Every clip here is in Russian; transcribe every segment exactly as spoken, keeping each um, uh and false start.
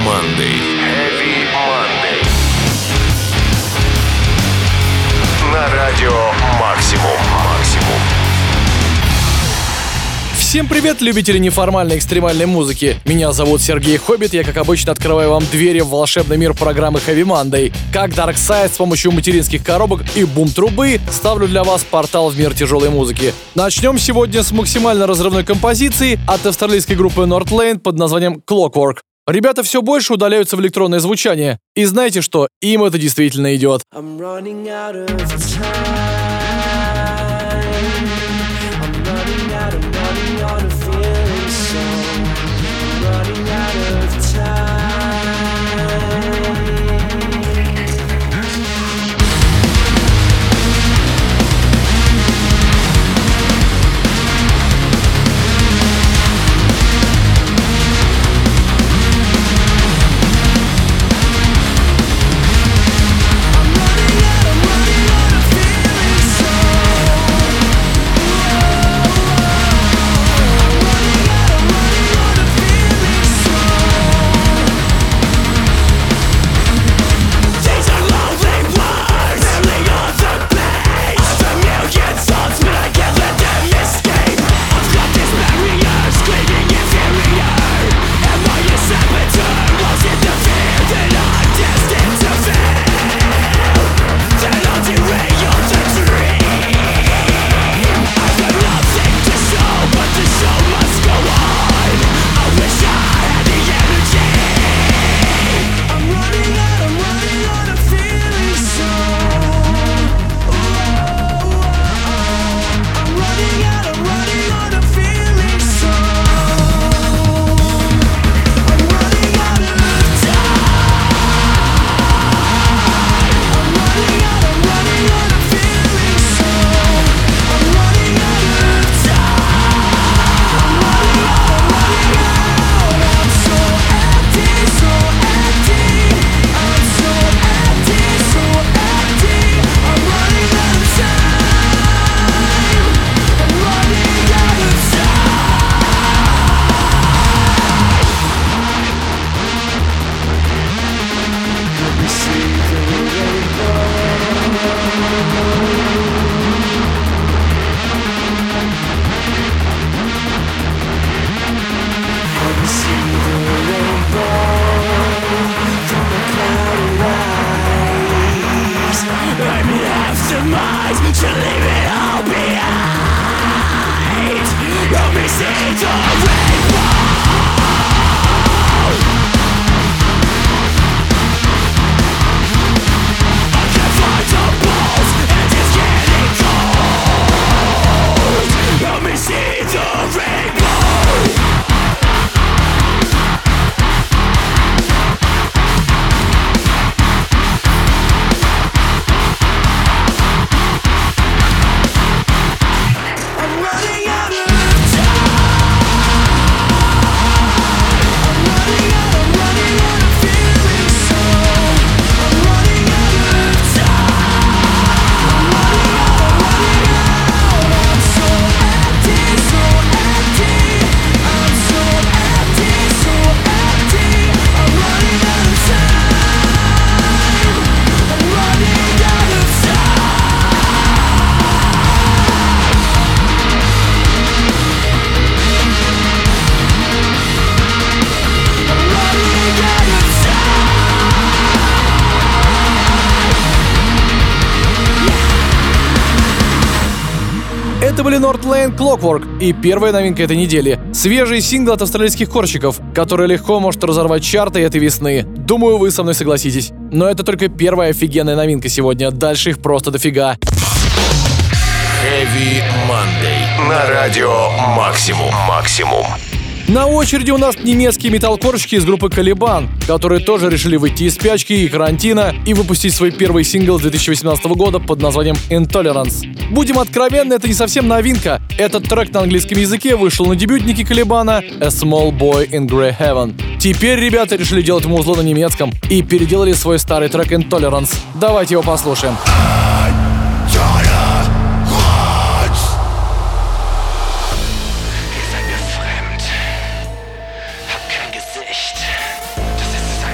Monday. Heavy Monday. На радио Максимум. Максимум. Всем привет, любители неформальной экстремальной музыки. Меня зовут Сергей Хоббит, я, как обычно, открываю вам двери в волшебный мир программы Heavy Monday. Как Dark Side с помощью материнских коробок и бум-трубы ставлю для вас портал в мир тяжелой музыки. Начнем сегодня с максимально разрывной композиции от австралийской группы Northlane под названием Clockwork. Ребята все больше удаляются в электронное звучание. И знаете что? Им это действительно идет. Это были Northlane Clockwork и первая новинка этой недели. Свежий сингл от австралийских корщиков, который легко может разорвать чарты этой весны. Думаю, вы со мной согласитесь. Но это только первая офигенная новинка сегодня, дальше их просто дофига. Heavy Monday. На радио Максимум. Максимум. На очереди у нас немецкие металлкорщики из группы Caliban, которые тоже решили выйти из спячки и карантина и выпустить свой первый сингл две тысячи восемнадцатого года под названием Intolerance. Будем откровенны, это не совсем новинка. Этот трек на английском языке вышел на дебютнике Caliban A Small Boy in Grey Heaven. Теперь ребята решили делать музло на немецком и переделали свой старый трек Intolerance. Давайте его послушаем. Ihr seid mir fremd, habt kein Gesicht. Das ist es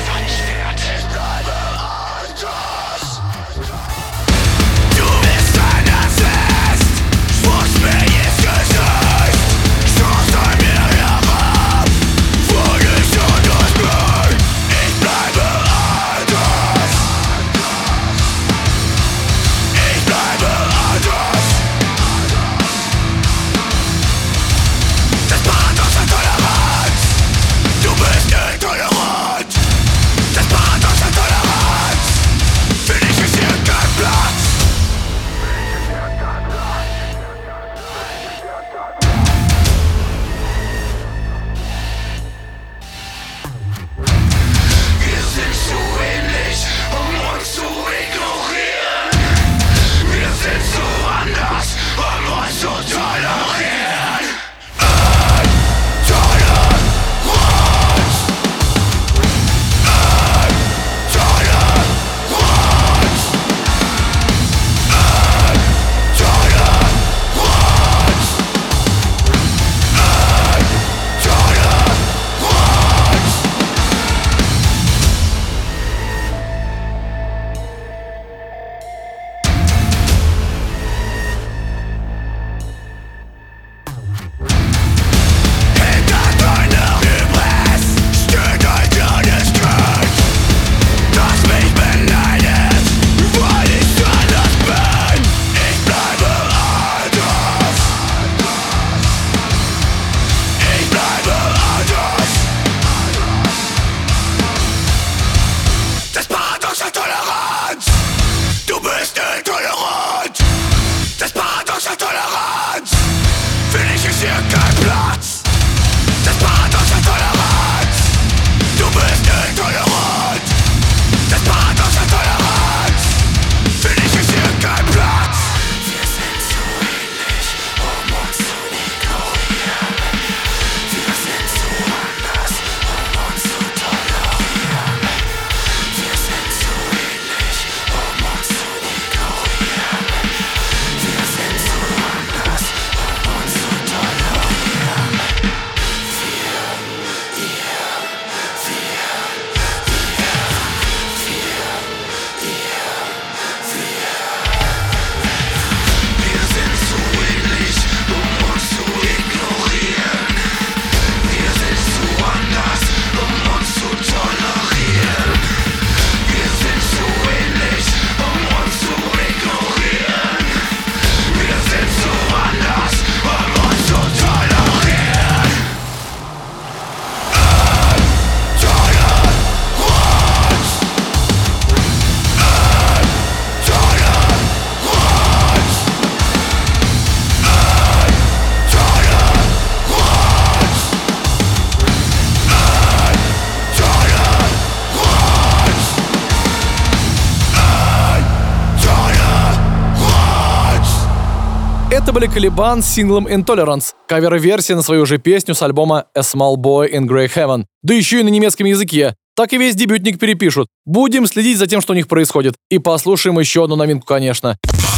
были Caliban с синглом Intolerance, кавер-версия на свою же песню с альбома A Small Boy in Grey Heaven, да еще и на немецком языке. Так и весь дебютник перепишут. Будем следить за тем, что у них происходит. И послушаем еще одну новинку, конечно.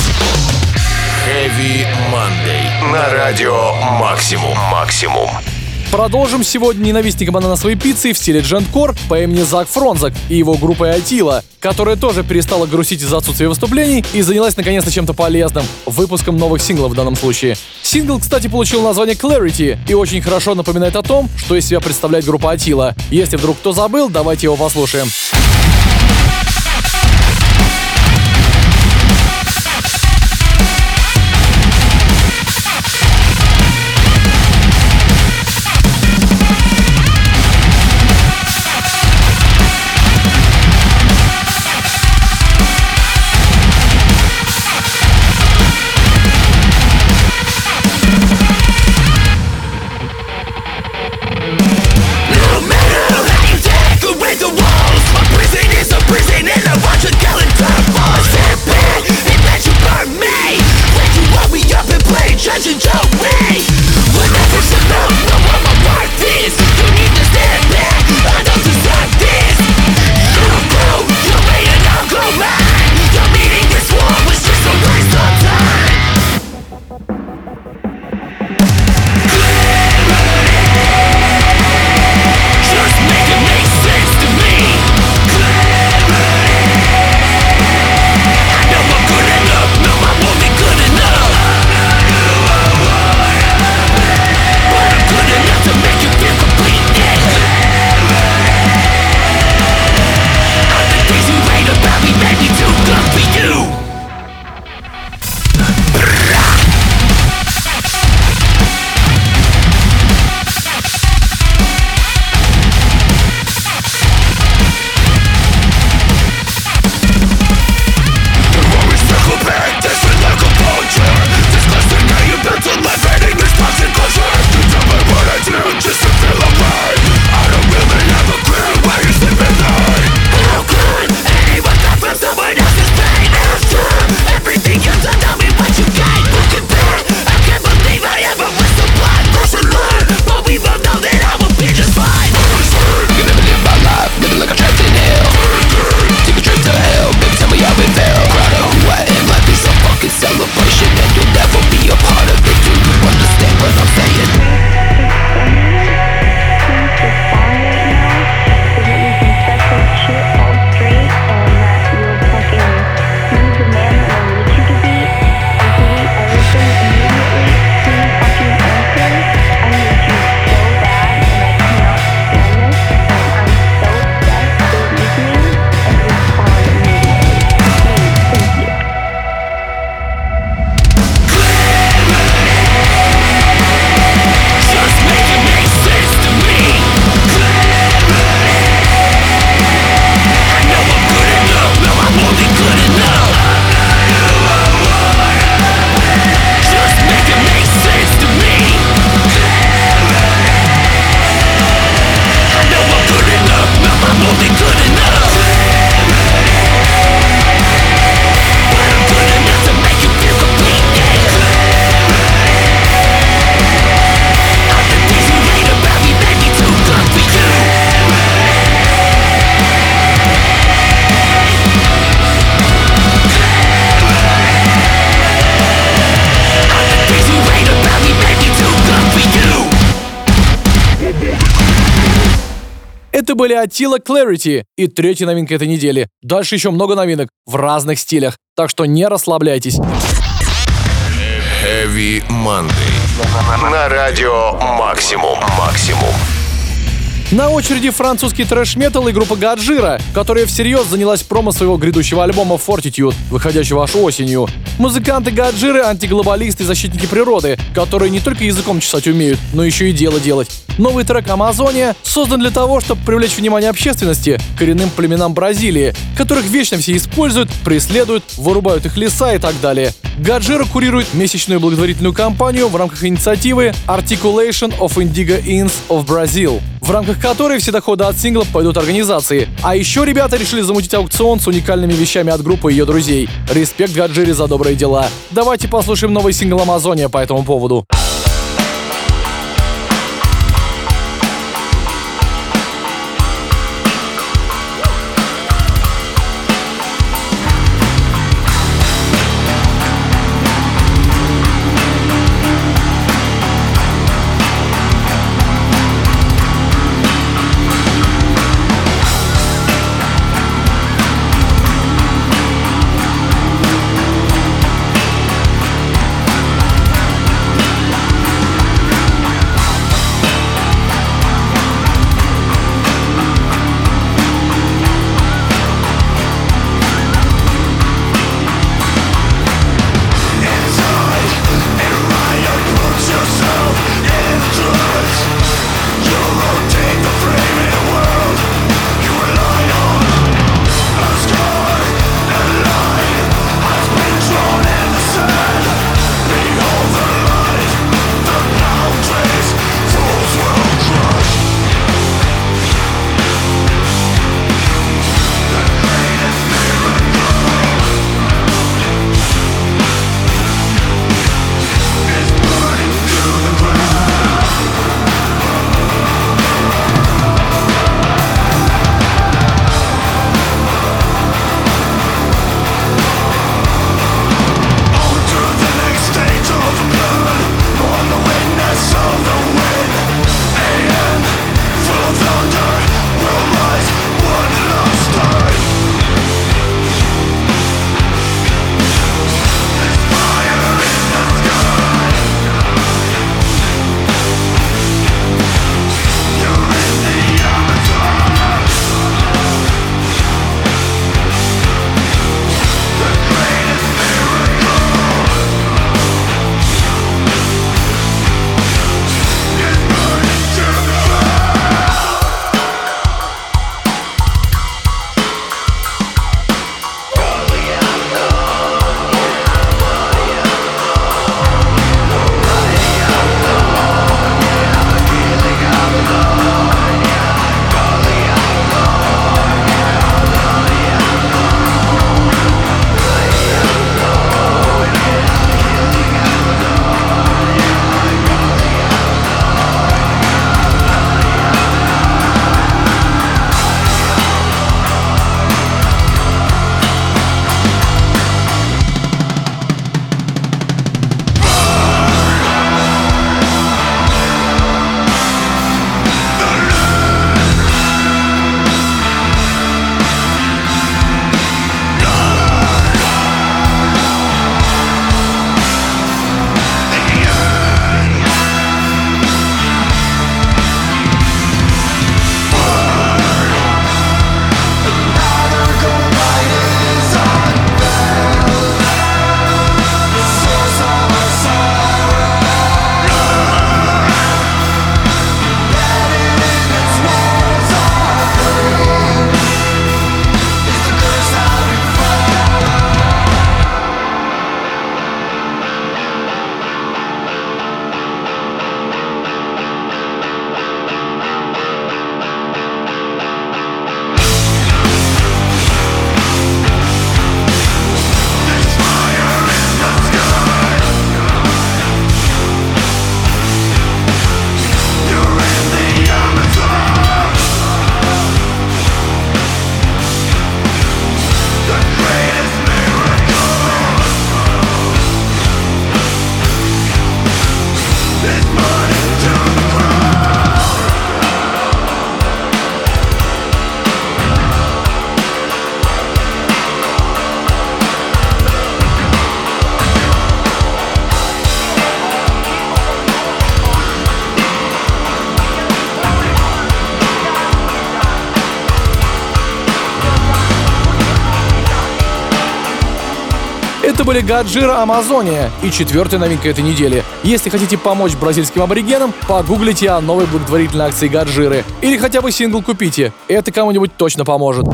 Heavy Monday на радио Максимум. Максимум. Продолжим сегодня ненавистником ананасовой пиццы в стиле дженткор по имени Зак Фронзак и его группой Атила, которая тоже перестала грустить из-за отсутствия выступлений и занялась наконец-то чем-то полезным — выпуском новых синглов в данном случае. Сингл, кстати, получил название Clarity и очень хорошо напоминает о том, что из себя представляет группа Атила. Если вдруг кто забыл, давайте его послушаем. Это были Attila Clarity и третья новинка этой недели. Дальше еще много новинок в разных стилях, так что не расслабляйтесь. Heavy Monday на радио Максимум. Максимум. На очереди французский трэш-метал и группа Годжира, которая всерьез занялась промо своего грядущего альбома Fortitude, выходящего аж осенью. Музыканты Годжиры — антиглобалисты и защитники природы, которые не только языком чесать умеют, но еще и дело делать. Новый трек «Амазония» создан для того, чтобы привлечь внимание общественности к коренным племенам Бразилии, которых вечно все используют, преследуют, вырубают их леса и так далее. Годжира курирует месячную благотворительную кампанию в рамках инициативы Articulation of Indigo Inns of Brazil. в рамках которой все доходы от сингла пойдут организации. А еще ребята решили замутить аукцион с уникальными вещами от группы и ее друзей. Респект Годжире за добрые дела. Давайте послушаем новый сингл «Амазония» по этому поводу. Это были Годжира «Амазония» и четвертая новинка этой недели. Если хотите помочь бразильским аборигенам, погуглите о новой благотворительной акции Годжиры. Или хотя бы сингл купите. Это кому-нибудь точно поможет.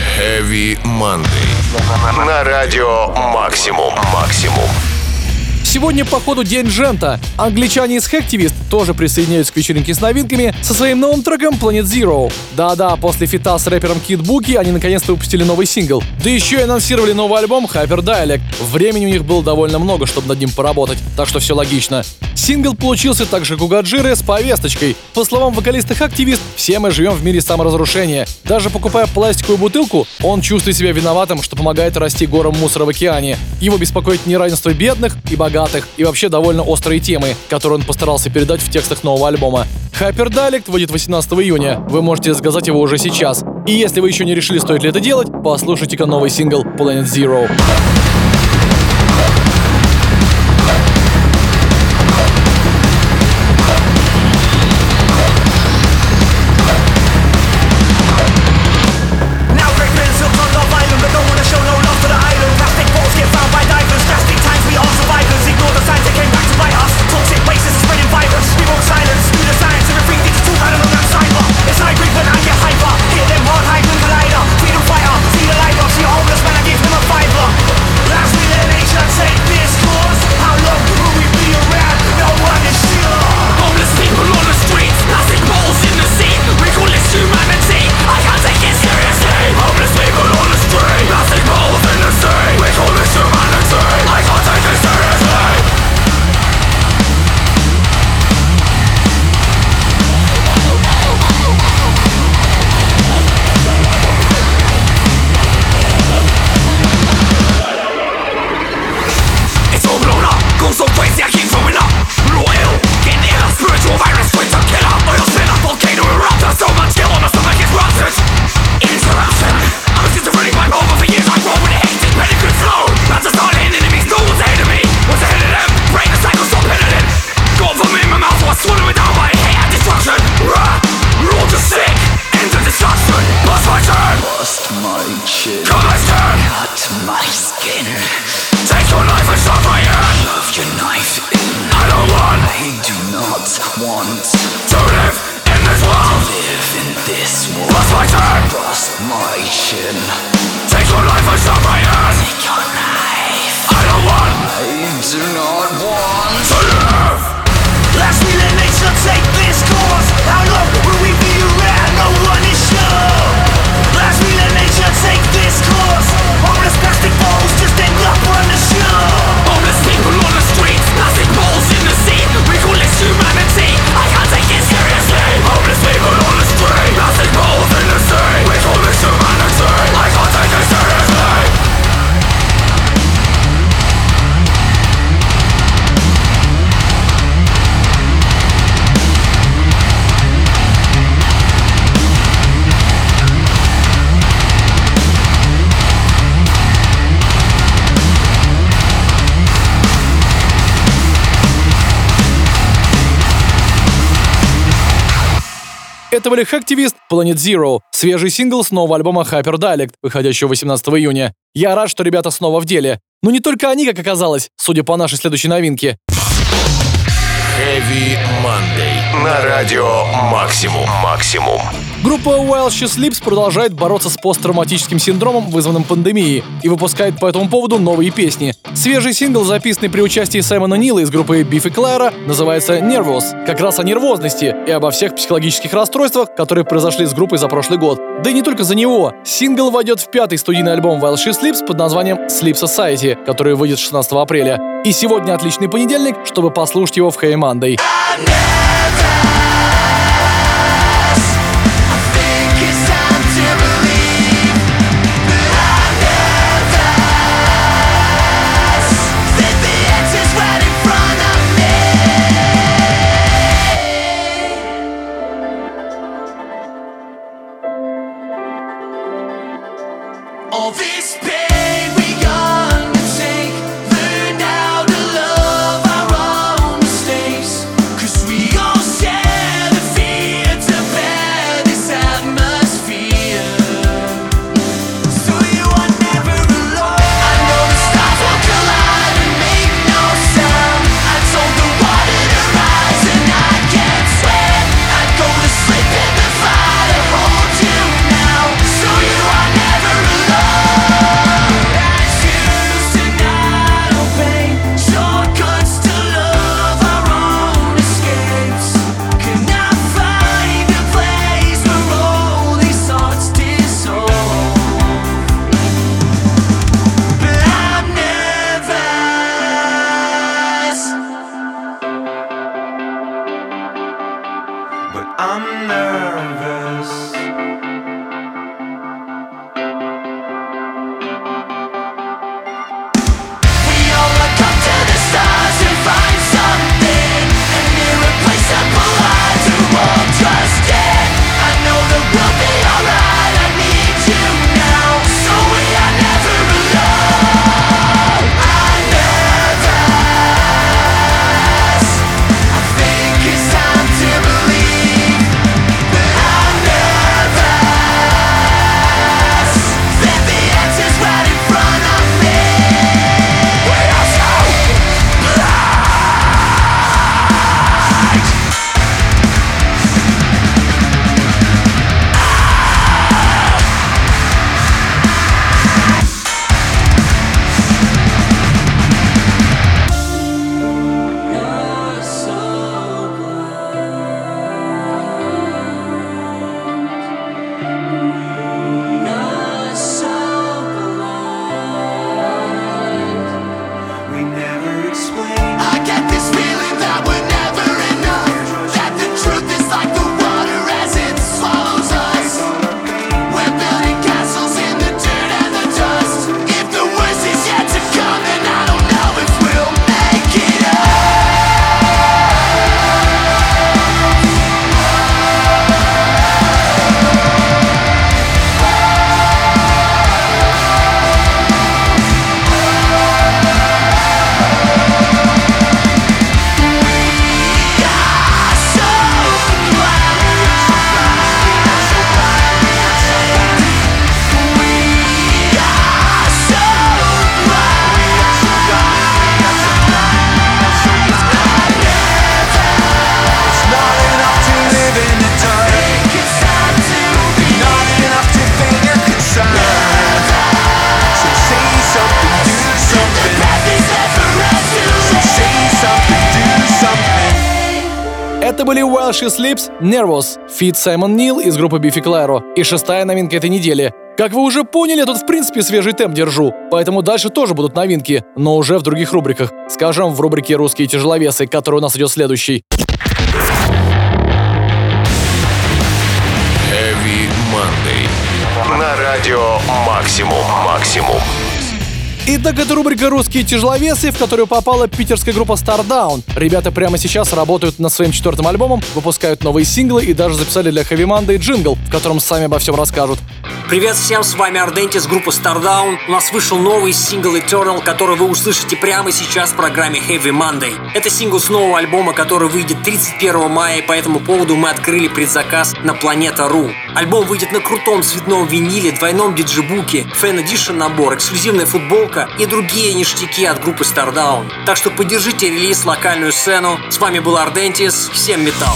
Heavy Monday. На радио «Максимум». Максимум. Сегодня, походу, день джента. Англичане из Hacktivist тоже присоединяются к вечеринке с новинками со своим новым треком Planet Zero. Да-да, после фита с рэпером Kid Bookie они наконец-то выпустили новый сингл. Да еще и анонсировали новый альбом Hyper Dialect. Времени у них было довольно много, чтобы над ним поработать, так что все логично. Сингл получился так же, как у Годжиры, с повесточкой. По словам вокалиста Hacktivist, все мы живем в мире саморазрушения. Даже покупая пластиковую бутылку, он чувствует себя виноватым, что помогает расти горам мусора в океане. Его беспокоит неравенство бедных и богатых, и вообще довольно острые темы, которые он постарался передать в текстах нового альбома. Hyper Dialect выйдет восемнадцатого июня. Вы можете заказать его уже сейчас. И если вы еще не решили, стоит ли это делать, послушайте-ка новый сингл Planet Zero. Это были Hacktivist, Planet Zero, свежий сингл с нового альбома Hyper Dialect, выходящего восемнадцатого июня. Я рад, что ребята снова в деле. Но не только они, как оказалось, судя по нашей следующей новинке. Heavy Monday на радио Максимум. Максимум. Группа While She Sleeps продолжает бороться с посттравматическим синдромом, вызванным пандемией, и выпускает по этому поводу новые песни. Свежий сингл, записанный при участии Саймона Нила из группы Biff и Clyro, называется Nervous, как раз о нервозности и обо всех психологических расстройствах, которые произошли с группой за прошлый год. Да и не только за него. Сингл войдет в пятый студийный альбом While She Sleeps под названием Sleep Society, который выйдет шестнадцатого апреля. И сегодня отличный понедельник, чтобы послушать его в Heavy Monday. All this pain we undertake, learn how to love our own mistakes, 'cause we but I'm nervous. We all look up to the stars to find something, an irreplaceable light to hold trust in. I know that we'll be alright, I need you now, so we are never alone. I'm nervous, I think it's time to believe that I'm nervous, that the answer's right in front of me. We are so we never explain. I get this feeling that we're never enough, that the truth is like the water as it swallows us. We're building castles in the dirt and the dust. If the worst is yet to come, then I don't know if we'll make it up. Это были While She Sleeps, Nervous, фит Саймон Нил из группы Biffy Clyro и шестая новинка этой недели. Как вы уже поняли, я тут в принципе свежий темп держу, поэтому дальше тоже будут новинки, но уже в других рубриках. Скажем, в рубрике «Русские тяжеловесы», которая у нас идет следующей. Heavy Monday. На радио Максимум. Максимум. Итак, это рубрика «Русские тяжеловесы», в которую попала питерская группа Stardown. Ребята прямо сейчас работают над своим четвертым альбомом, выпускают новые синглы и даже записали для Heavy Monday джингл, в котором сами обо всем расскажут. Привет всем, с вами Ardentes, группа Stardown. У нас вышел новый сингл Eternal, который вы услышите прямо сейчас в программе Heavy Monday. Это сингл с нового альбома, который выйдет тридцать первого мая, и по этому поводу мы открыли предзаказ на Planeta точка ру. Альбом выйдет на крутом цветном виниле, двойном диджибуке, Fan Edition набор, эксклюзивная футболка и другие ништяки от группы Stardown. Так что поддержите релиз, локальную сцену. С вами был Ardentes, всем металл!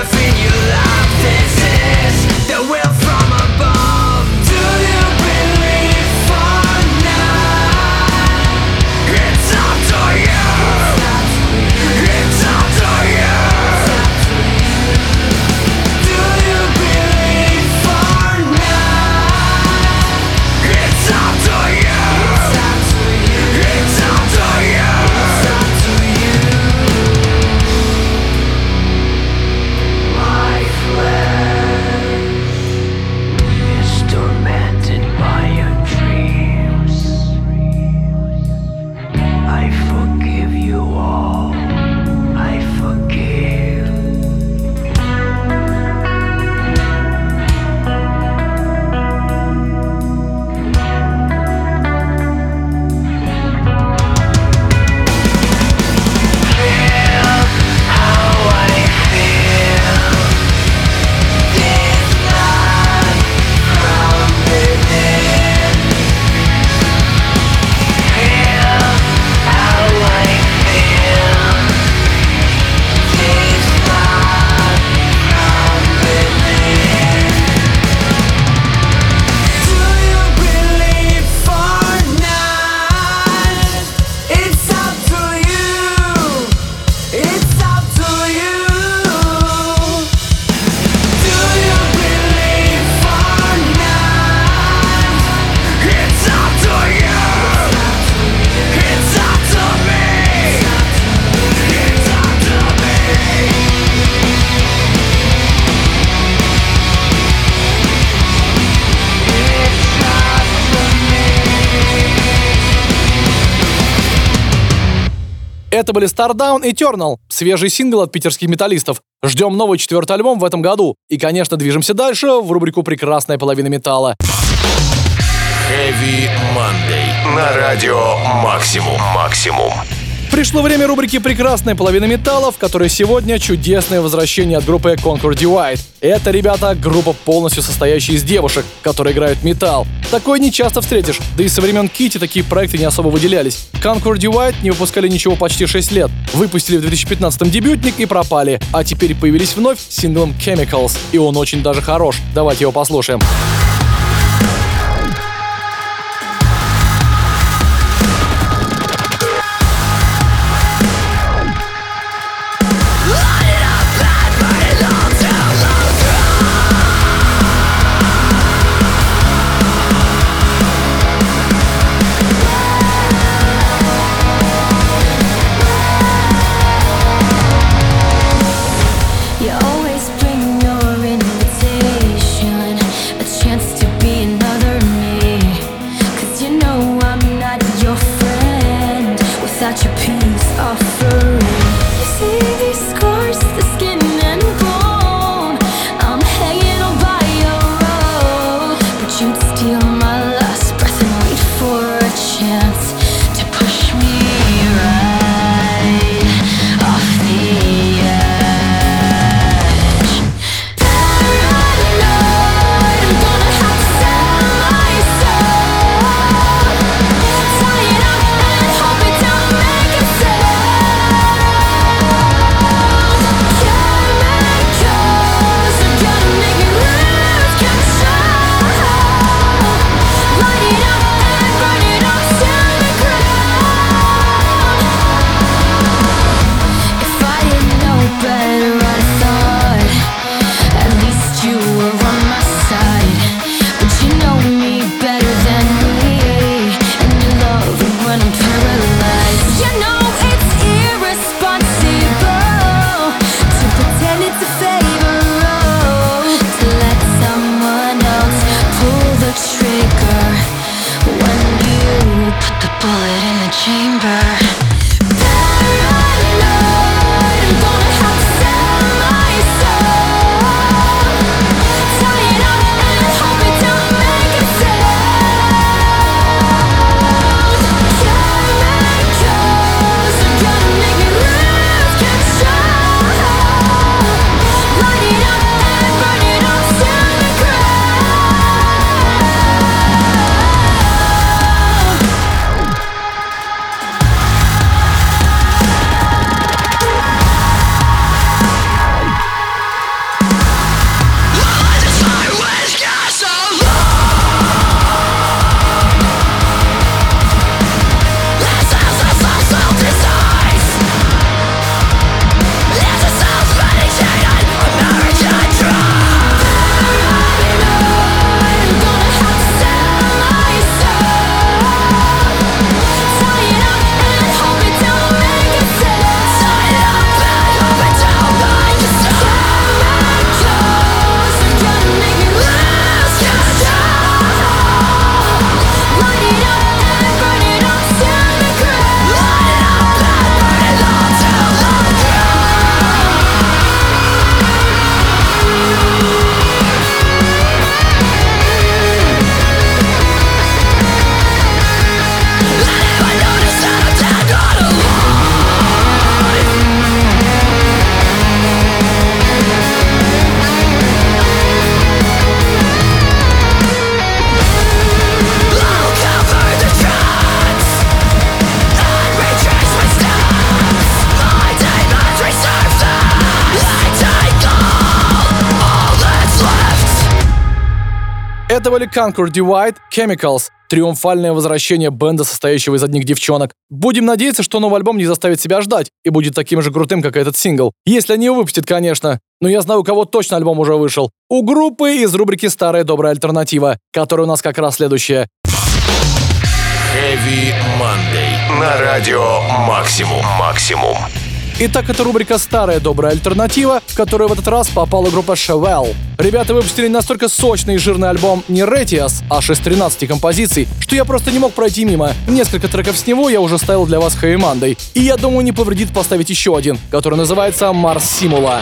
Will from above. Do you believe? Это были Stardown и Eternal, свежий сингл от питерских металлистов. Ждем новый четвертый альбом в этом году. И, конечно, движемся дальше в рубрику «Прекрасная половина металла». Heavy Monday на радио Максимум. Максимум. Пришло время рубрики «Прекрасная половина металла», в которой сегодня чудесное возвращение от группы Conquer Divide. Это, ребята, группа, полностью состоящая из девушек, которые играют металл. Такое не часто встретишь, да и со времен Кити такие проекты не особо выделялись. Conquer Divide не выпускали ничего почти шесть лет. Выпустили в две тысячи пятнадцатом дебютник и пропали. А теперь появились вновь с синглом Chemicals. И он очень даже хорош. Давайте его послушаем. Это были Conquer Divide, Chemicals. Триумфальное возвращение бенда, состоящего из одних девчонок. Будем надеяться, что новый альбом не заставит себя ждать и будет таким же крутым, как и этот сингл. Если они его выпустят, конечно. Но я знаю, у кого точно альбом уже вышел. У группы из рубрики «Старая добрая альтернатива», которая у нас как раз следующая. Heavy Monday на радио Максимум. Максимум. Итак, это рубрика «Старая добрая альтернатива», в которую в этот раз попала группа Chevelle. Ребята выпустили настолько сочный и жирный альбом не Retias, аж из тринадцати композиций, что я просто не мог пройти мимо. Несколько треков с него я уже ставил для вас Heavy Monday. И я думаю, не повредит поставить еще один, который называется Mars Simula.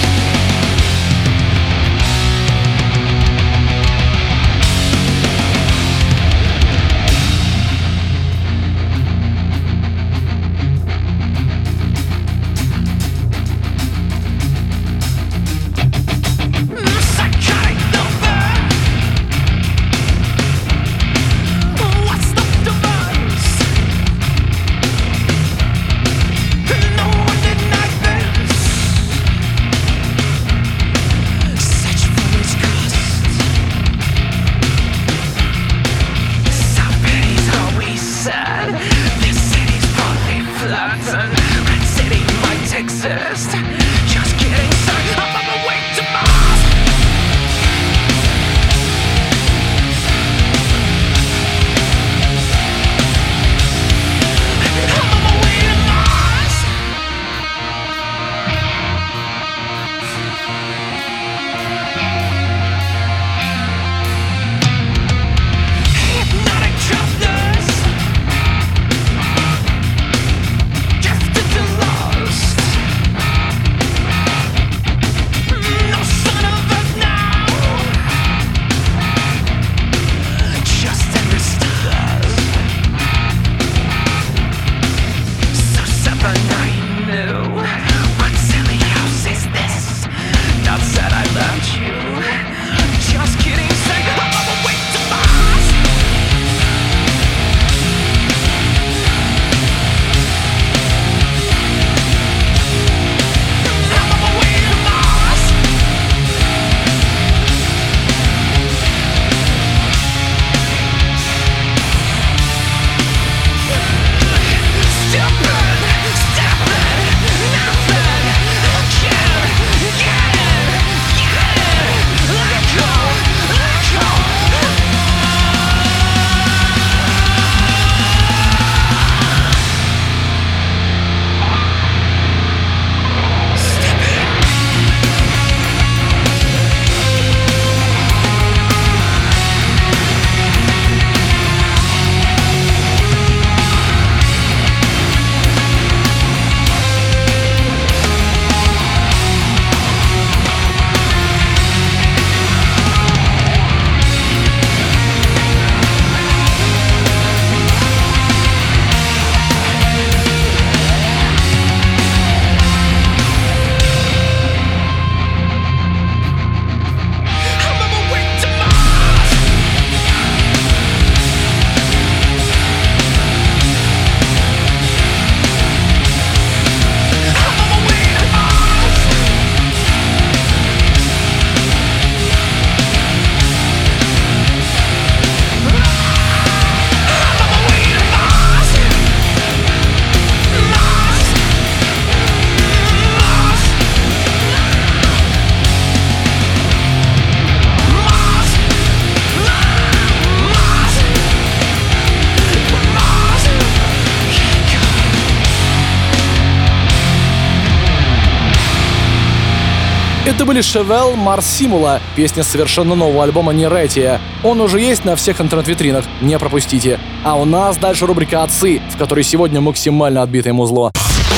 Это были Chevelle, Mars Simula, песня совершенно нового альбома Neretia. Он уже есть на всех интернет-витринах, не пропустите. А у нас дальше рубрика «Отцы», в которой сегодня максимально отбитое музло.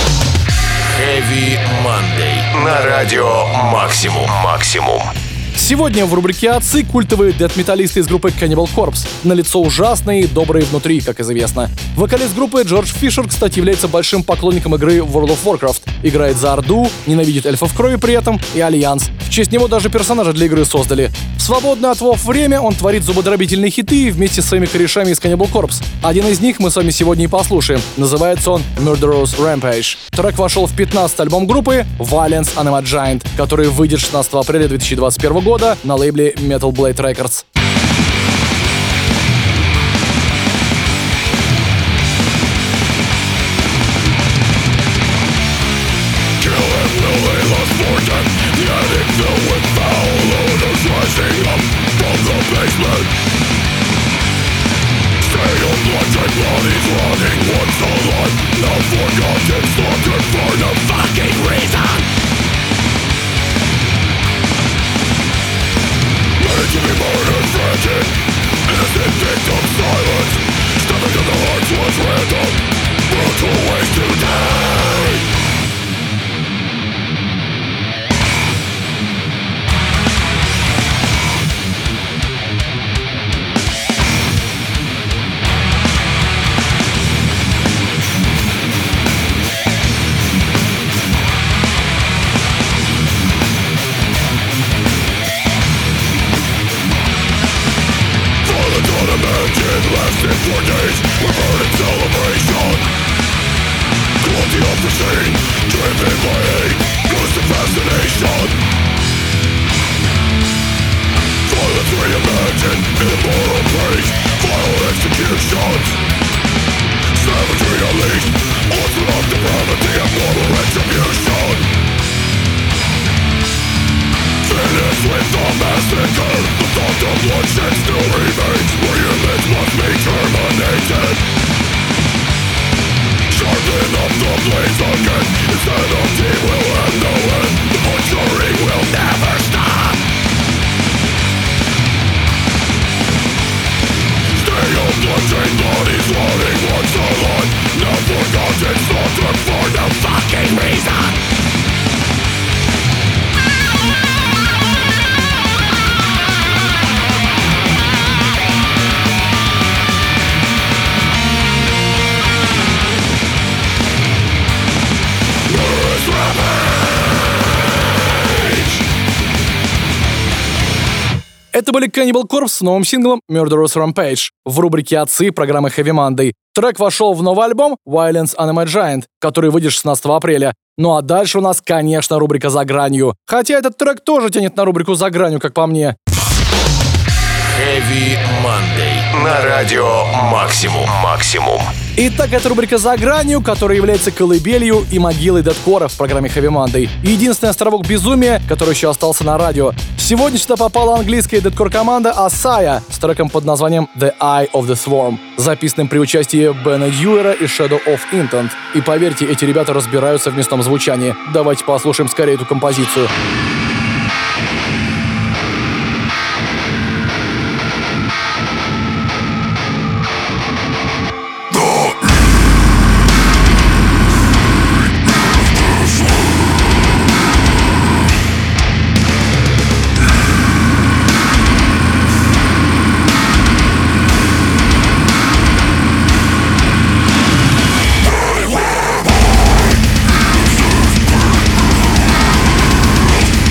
Heavy Monday на радио Максимум. Максимум. Сегодня в рубрике «Отцы» культовые дэт-металлисты из группы Cannibal Corpse. Налицо ужасные и добрые внутри, как известно. Вокалист группы Джордж Фишер, кстати, является большим поклонником игры World of Warcraft. Играет за Орду, ненавидит эльфов крови при этом и Альянс. В честь него даже персонажа для игры создали. В свободное от ВОВ время он творит зубодробительные хиты вместе с своими корешами из Cannibal Corpse. Один из них мы с вами сегодня и послушаем. Называется он Murderous Rampage. Трек вошел в пятнадцатый альбом группы Violence Anima Giant, который выйдет шестнадцатого апреля две тысячи двадцать первого года на лейбле Metal Blade Records. Stay on Это были Cannibal Corpse с новым синглом Murderous Rampage в рубрике «Отцы» программы Heavy Monday. Трек вошел в новый альбом Violence Unimagined, который выйдет шестнадцатого апреля. Ну а дальше у нас, конечно, рубрика «За гранью». Хотя этот трек тоже тянет на рубрику «За гранью», как по мне. Heavy Monday на радио Максимум. Максимум. Итак, это рубрика «За гранью», которая является колыбелью и могилой дэткора в программе Heavy Monday. Единственный островок безумия, который еще остался на радио. Сегодня сюда попала английская дэткор-команда Asaya с треком под названием The Eye of the Swarm, записанным при участии Бена Дьюера и Shadow of Intent. И поверьте, эти ребята разбираются в местном звучании. Давайте послушаем скорее эту композицию. We'll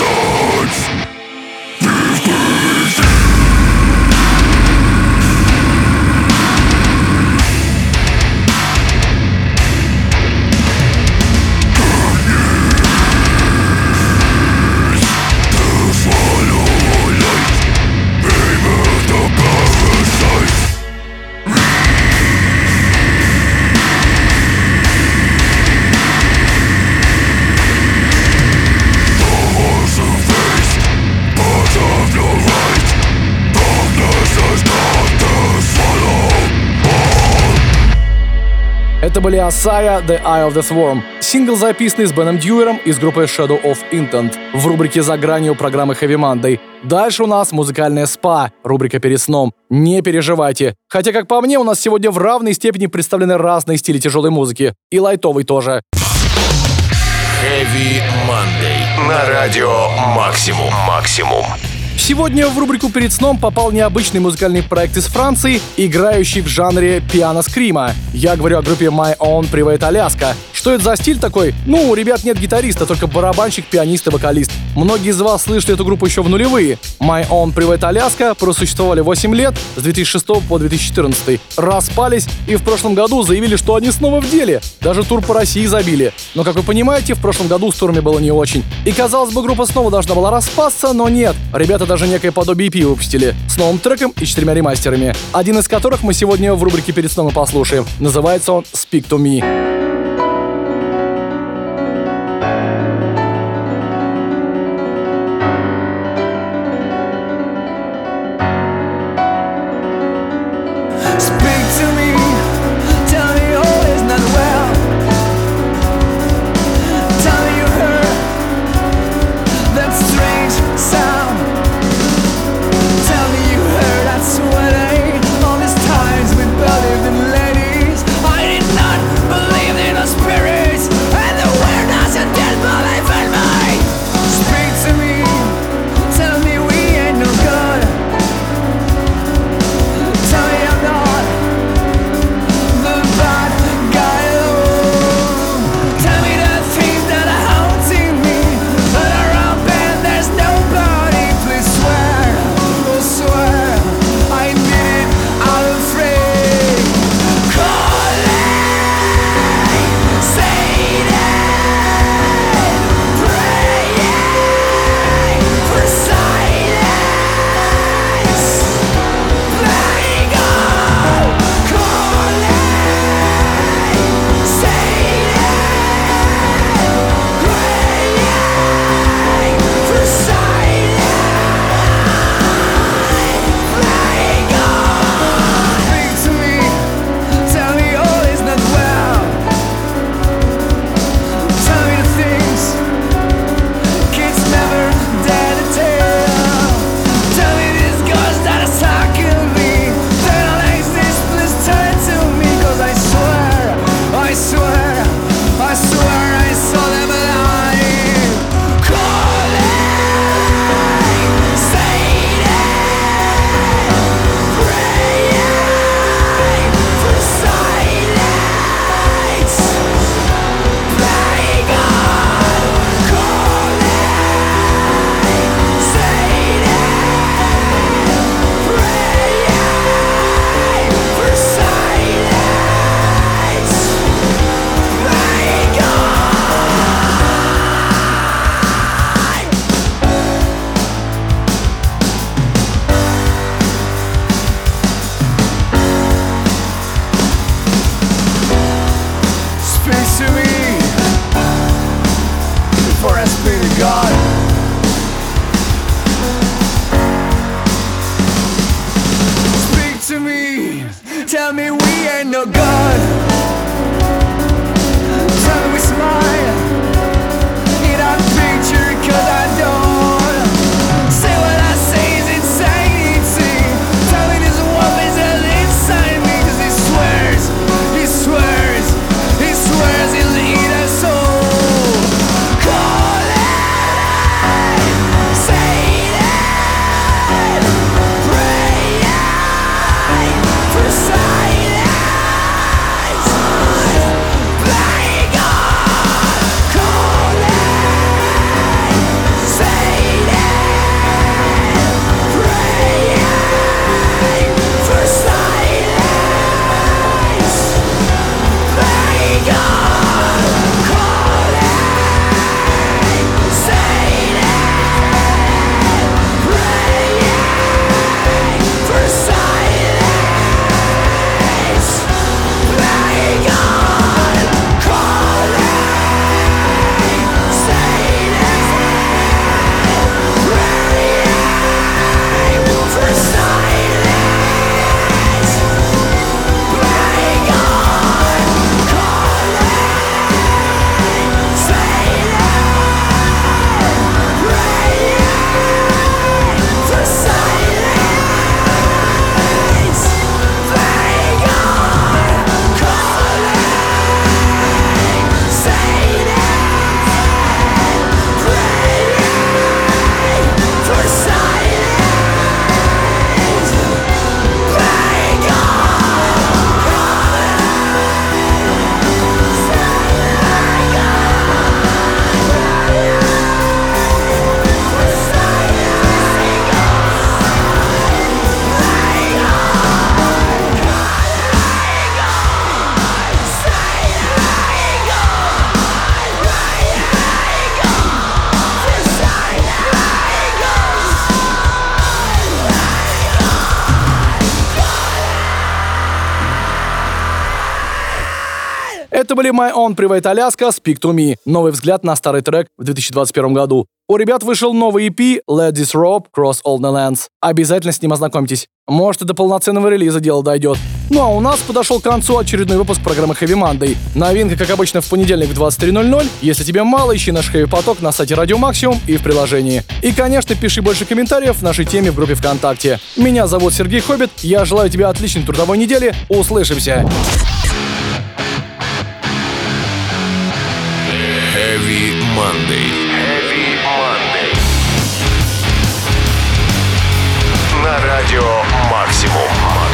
Это были Asaya, The Eye of the Swarm. Сингл, записанный с Беном Дьюером из группы Shadow of Intent в рубрике «За гранью» программы Heavy Monday. Дальше у нас музыкальная спа, рубрика «Перед сном». Не переживайте. Хотя, как по мне, у нас сегодня в равной степени представлены разные стили тяжелой музыки. И лайтовой тоже. Heavy Monday на радио Максимум. Максимум. Сегодня в рубрику «Перед сном» попал необычный музыкальный проект из Франции, играющий в жанре пиано-скрима. Я говорю о группе My Own Private Alaska. Что это за стиль такой? Ну, у ребят нет гитариста, только барабанщик, пианист и вокалист. Многие из вас слышали эту группу еще в нулевые. My Own Private Alaska просуществовали восемь лет, с две тысячи шестого по две тысячи четырнадцатый. Распались и в прошлом году заявили, что они снова в деле. Даже тур по России забили. Но, как вы понимаете, в прошлом году с турами было не очень. И, казалось бы, группа снова должна была распасться, но нет. Ребята даже некое подобие и пи выпустили. С новым треком и четырьмя ремастерами. Один из которых мы сегодня в рубрике «Перед сном» и послушаем. Называется он «Speak to Me». Believe Это были My Own Private Alaska, Speak to Me. Новый взгляд на старый трек в две тысячи двадцать первом году. У ребят вышел новый и пи Let This Rope Cross All the Lands. Обязательно с ним ознакомьтесь. Может, и до полноценного релиза дело дойдет. Ну а у нас подошел к концу очередной выпуск программы Heavy Monday. Новинка, как обычно, в понедельник в двадцать три ноль ноль. Если тебе мало, ищи наш Heavy поток на сайте Радио Максимум и в приложении. И, конечно, пиши больше комментариев в нашей теме в группе ВКонтакте. Меня зовут Сергей Хоббит. Я желаю тебе отличной трудовой недели. Услышимся! Heavy Monday. Heavy Monday. На радио Максимум.